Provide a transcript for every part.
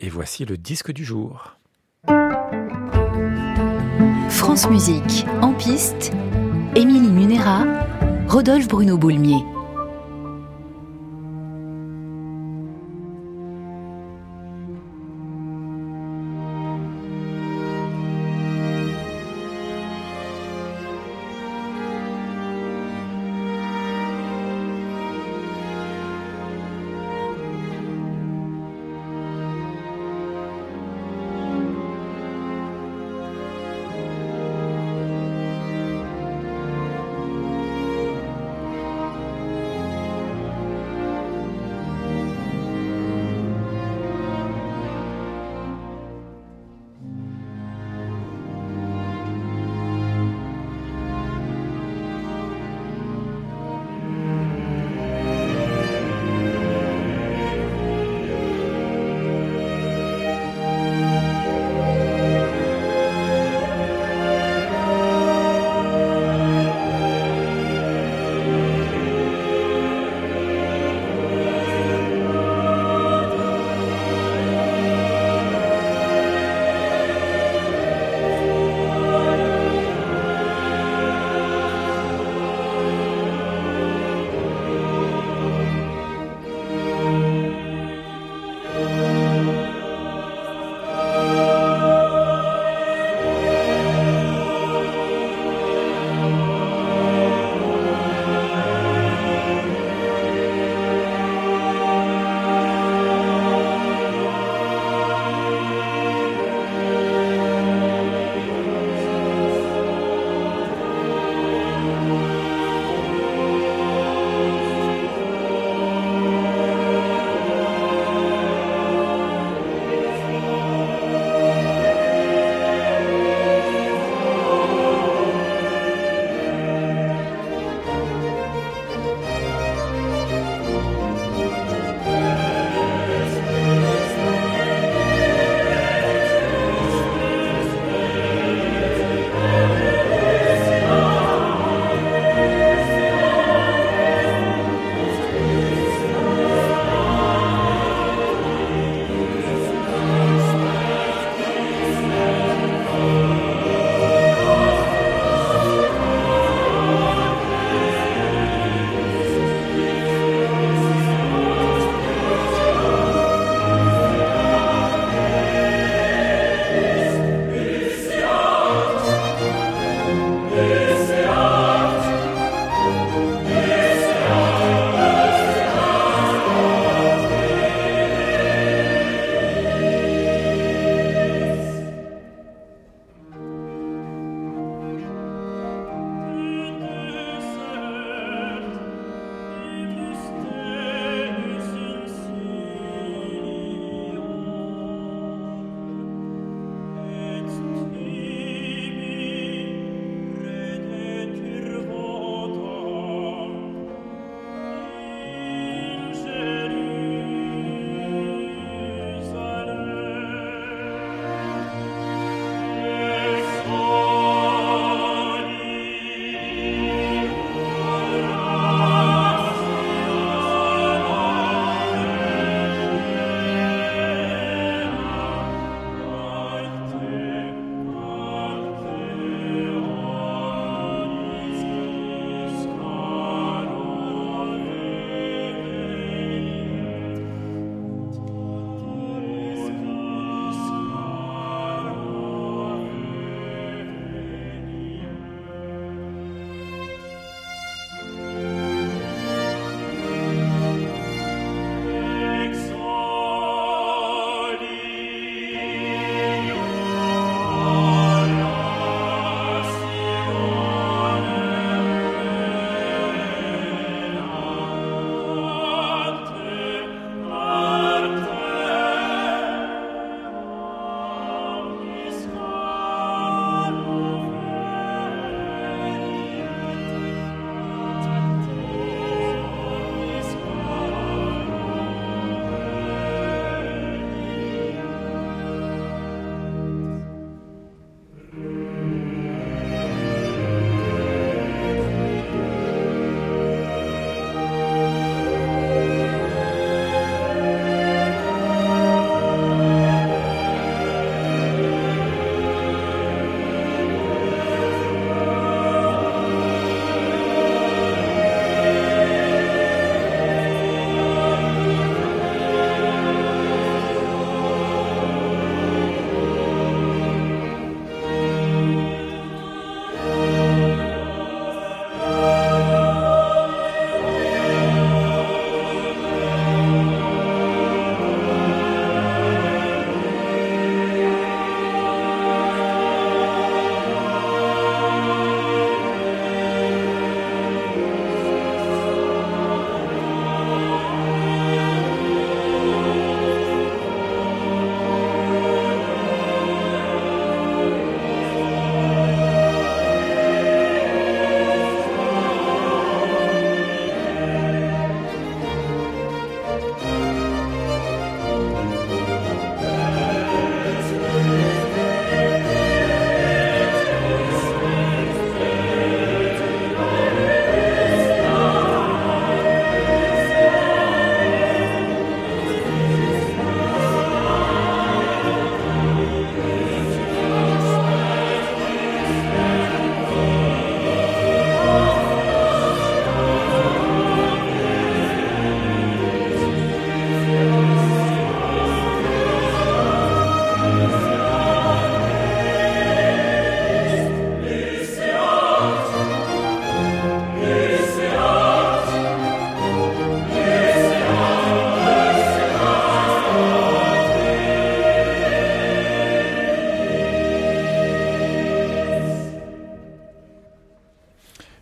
Et voici le disque du jour. France Musique, en piste, Émilie Munera, Rodolphe Bruno Boulmier.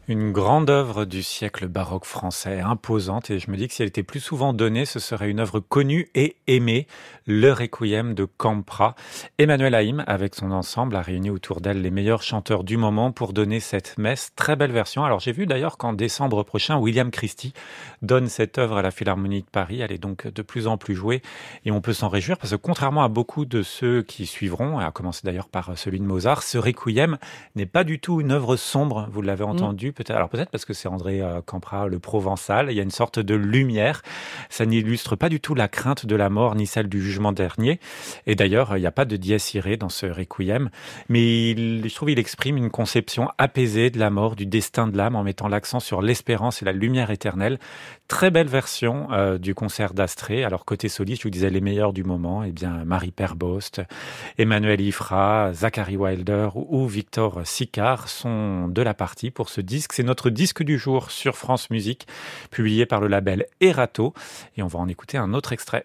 Une grande œuvre du siècle baroque français, imposante, et je me dis que si elle était plus souvent donnée, ce serait une œuvre connue et aimée, le Requiem de Campra. Emmanuel Haïm, avec son ensemble, a réuni autour d'elle les meilleurs chanteurs du moment pour donner cette messe. Très belle version. Alors j'ai vu d'ailleurs qu'en décembre prochain, William Christie donne cette œuvre à la Philharmonie de Paris. Elle est donc de plus en plus jouée et on peut s'en réjouir parce que contrairement à beaucoup de ceux qui suivront, à commencer d'ailleurs par celui de Mozart, ce Requiem n'est pas du tout une œuvre sombre, vous l'avez entendu. Peut-être parce que c'est André Campra, le Provençal. Il y a une sorte de lumière. Ça n'illustre pas du tout la crainte de la mort ni celle du jugement dernier. Et d'ailleurs, il n'y a pas de dies irae dans ce requiem. Mais je trouve qu'il exprime une conception apaisée de la mort, du destin de l'âme, en mettant l'accent sur l'espérance et la lumière éternelle. Très belle version du concert d'Astrée. Alors côté soliste, je vous disais les meilleurs du moment. Eh bien, Marie Perbost, Emmanuel Ifra, Zachary Wilder ou Victor Sicard sont de la partie pour ce disque. C'est notre disque du jour sur France Musique, publié par le label Erato. Et on va en écouter un autre extrait.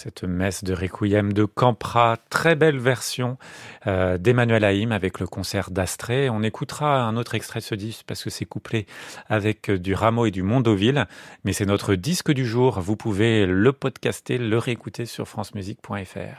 cette messe de Requiem de Campra, très belle version d'Emmanuel Haïm avec le concert d'Astrée. On écoutera un autre extrait de ce disque parce que c'est couplé avec du Rameau et du Mondoville, mais c'est notre disque du jour. Vous pouvez le podcaster, le réécouter sur francemusique.fr.